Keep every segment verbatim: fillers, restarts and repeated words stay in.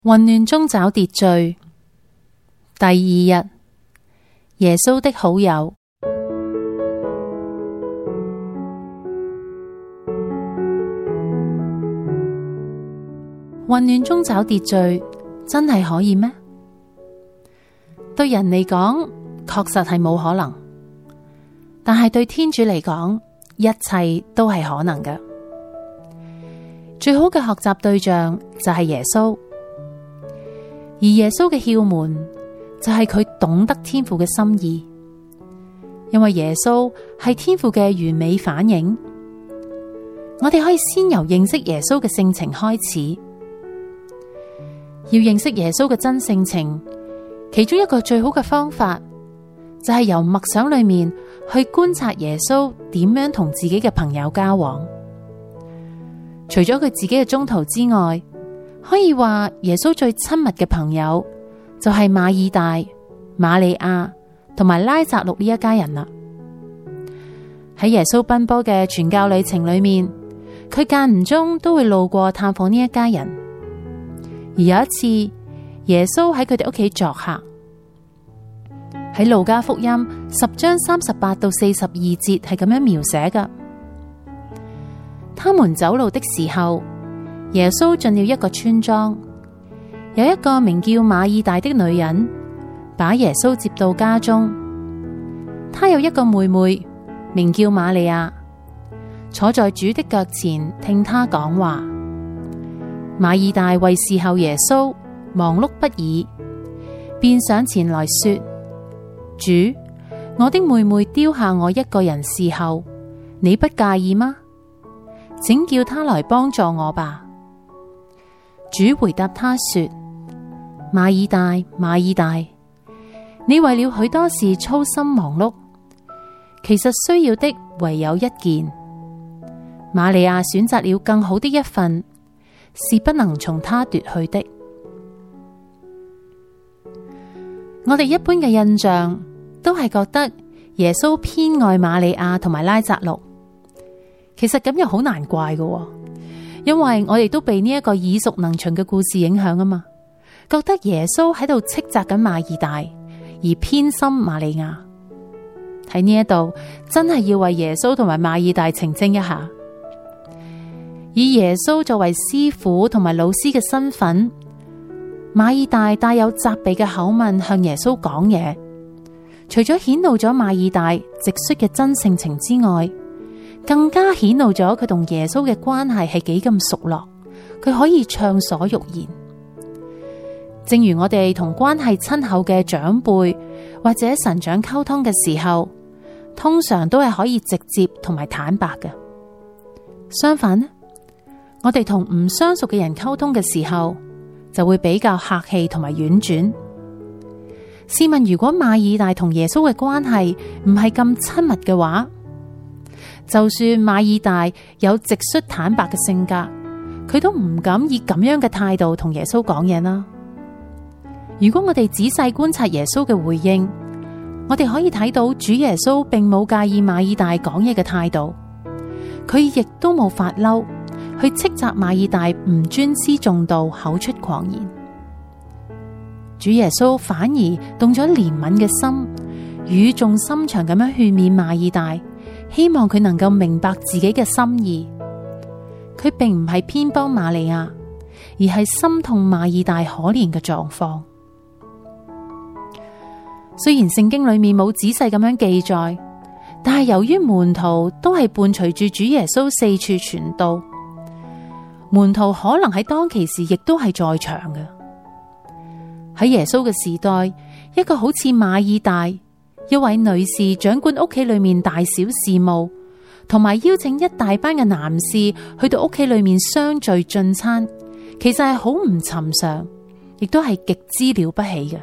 混亂中找秩序。第二日，耶穌的好友。混亂中找秩序，真係可以咩？對人嚟講，確實係冇可能，但係對天主嚟講，一切都係可能嘅。最好嘅學習對象就係耶穌。而耶穌嘅竅門就係佢懂得天父嘅心意，因為耶穌係天父嘅完美反映。我哋可以先由認識耶穌嘅性情開始。要認識耶穌嘅真性情，其中一個最好嘅方法就係由默想裏面去觀察耶穌點樣同自己嘅朋友交往。除咗佢自己嘅宗徒之外，可以話耶穌最親密嘅朋友就係馬爾大、瑪利亞同埋拉匝祿呢一家人啦。喺耶穌奔波嘅傳教旅程裏面，佢間唔中都會路過探訪呢一家人。而有一次，耶穌喺佢哋屋企作客。喺路加福音十章三十八到四十二節係咁樣描寫㗎。他們走路的時候，耶穌進了一個村莊，有一個名叫馬爾大的女人，把耶穌接到家中。她有一個妹妹，名叫瑪利亞，坐在主的腳前聽他講話。馬爾大為侍候耶穌，忙碌不已，便上前來說：主，我的妹妹丟下我一個人侍候，你不介意嗎？請叫她來幫助我吧。主回答他說：馬爾大，馬爾大，你為了許多事操心忙碌，其實需要的唯有一件。瑪利亞選擇了更好的一份，是不能從他奪去的。我哋一般嘅印象都係覺得耶穌偏愛瑪利亞同埋拉匝祿，其實咁又好難怪嘅，因為我哋都被呢一個耳熟能詳嘅故事影響啊嘛，覺得耶穌喺度斥責緊馬爾大，而偏心瑪利亞。喺呢一度真係要為耶穌同埋馬爾大澄清一下。以耶穌作為師傅同埋老師嘅身份，馬爾大帶有責備嘅口吻向耶穌講嘢，除咗顯露咗馬爾大直率嘅真性情之外，更加顯露咗佢同耶穌嘅關係係幾咁熟絡，佢可以暢所欲言。正如我哋同關係親厚嘅長輩或者神長溝通嘅時候，通常都係可以直接同埋坦白嘅。相反呢，我哋同唔相熟嘅人溝通嘅時候，就會比較客氣同埋婉轉。試問，如果馬爾大同耶穌嘅關係唔係咁親密嘅話，就算馬爾大有直率坦白嘅性格，佢都唔敢以咁樣嘅態度同耶穌講嘢啦。如果我哋仔細觀察耶穌嘅回應，我哋可以睇到主耶穌並冇介意馬爾大講嘢嘅態度，佢亦都冇發嬲去斥責馬爾大唔尊師重道、口出狂言。主耶穌反而動咗憐憫嘅心，語重心長咁樣勸勉馬爾大，希望佢能夠明白自己嘅心意。佢並唔係偏幫瑪利亞，而係心痛馬爾大可憐嘅狀況。雖然聖經裏面冇仔細咁樣記載，但係由於門徒都係伴隨住主耶穌四處傳道，門徒可能喺當其時亦都係在場嘅。喺耶穌嘅時代，一個好似馬爾大，一位女士掌管屋企裏面大小事務，同埋邀請一大班嘅男士去到屋企裏面相聚進餐，其實係好唔尋常，亦都係極之了不起嘅。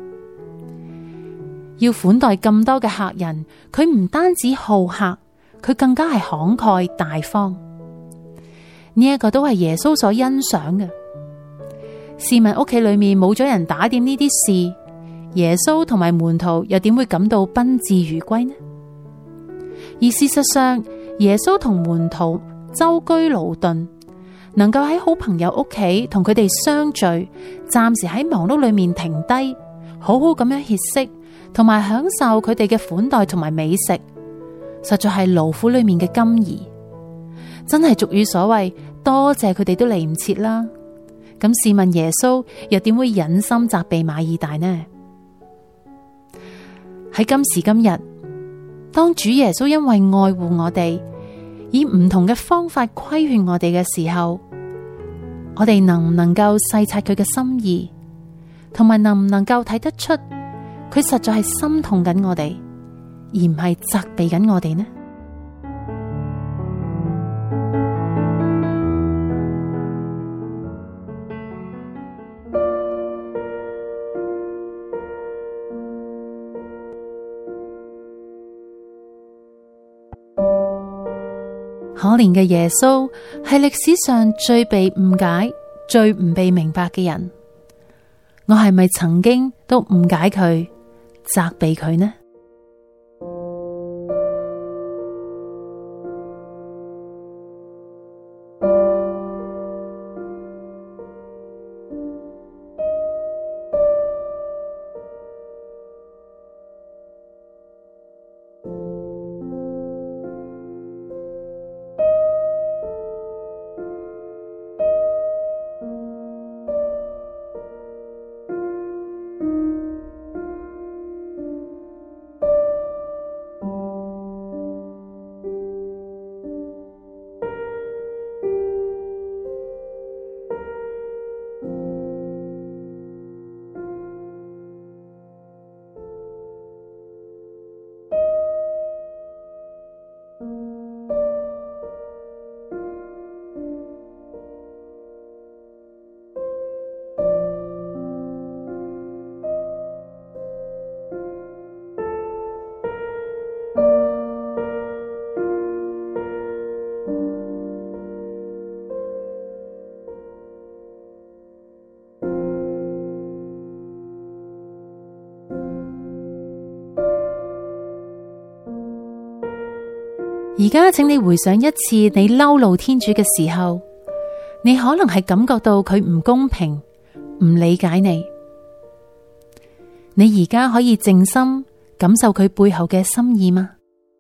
要款待咁多嘅客人，佢唔單止好客，佢更加係慷慨大方。呢一個都係耶穌所欣賞嘅。試問屋企裏面冇咗人打點呢啲事，耶穌同埋門徒又點會感到賓至如歸呢？而事實上，耶穌同門徒舟車勞頓， 能夠喺好朋友屋企同佢哋相聚，暫時喺忙碌裏面停低，好好咁樣歇息，同埋享受佢哋嘅款待同埋美食，實在係勞苦裏面嘅甘飴。真係俗語所謂，多謝佢哋都嚟唔切啦。咁試問耶穌又點會忍心責備馬爾大呢？喺今時今日，當主耶穌因為愛護我哋，以唔同嘅方法規勸我哋嘅時候，我哋能唔能夠細察佢嘅心意，同埋能唔能夠睇得出佢實在係心痛緊我哋，而唔係責備緊我哋呢？可憐嘅耶穌係歷史上最被誤解、最唔被明白嘅人。我係咪曾經都誤解佢、責備佢呢？而家請你回想一次你嬲怒天主嘅時候，你可能係感覺到佢唔公平，唔理解你。你而家可以靜心感受佢背後嘅心意嗎？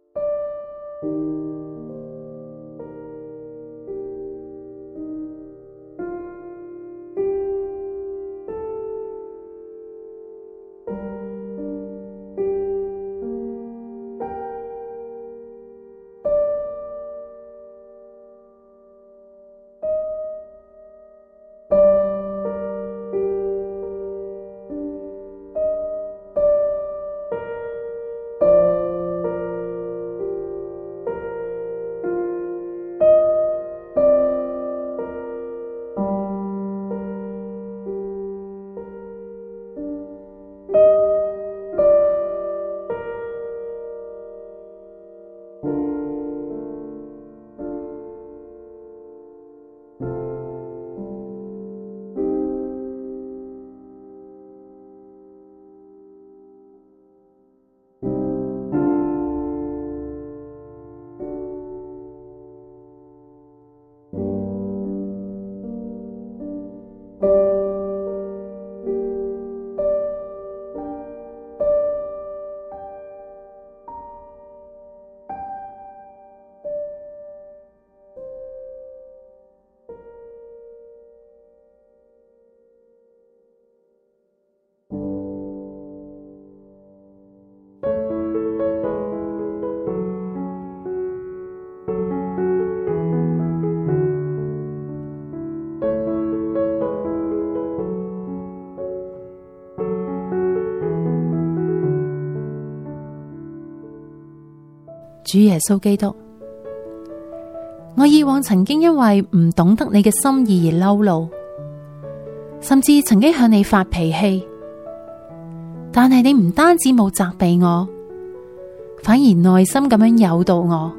主耶穌基督，我以往曾經因為唔懂得你嘅心意而嬲怒，甚至曾經向你發脾氣，但係你唔單止冇責備我，反而耐心咁樣誘導我。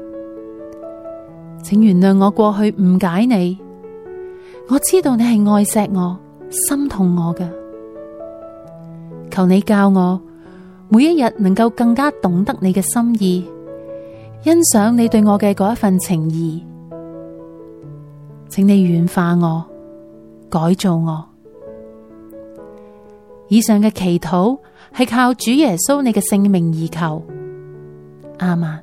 請原諒我過去誤解你，我知道你係愛錫我、心痛我嘅。求你教我每一日能夠更加懂得你嘅心意，欣賞你對我嘅嗰一份情誼。 請你軟化我，改造我。以上嘅祈禱係靠主耶穌你嘅聖名而求，阿們。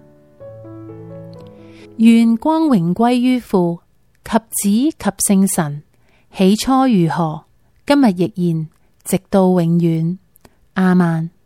願光榮歸於父及子及聖神，起初如何，今日亦然，直到永遠，阿們。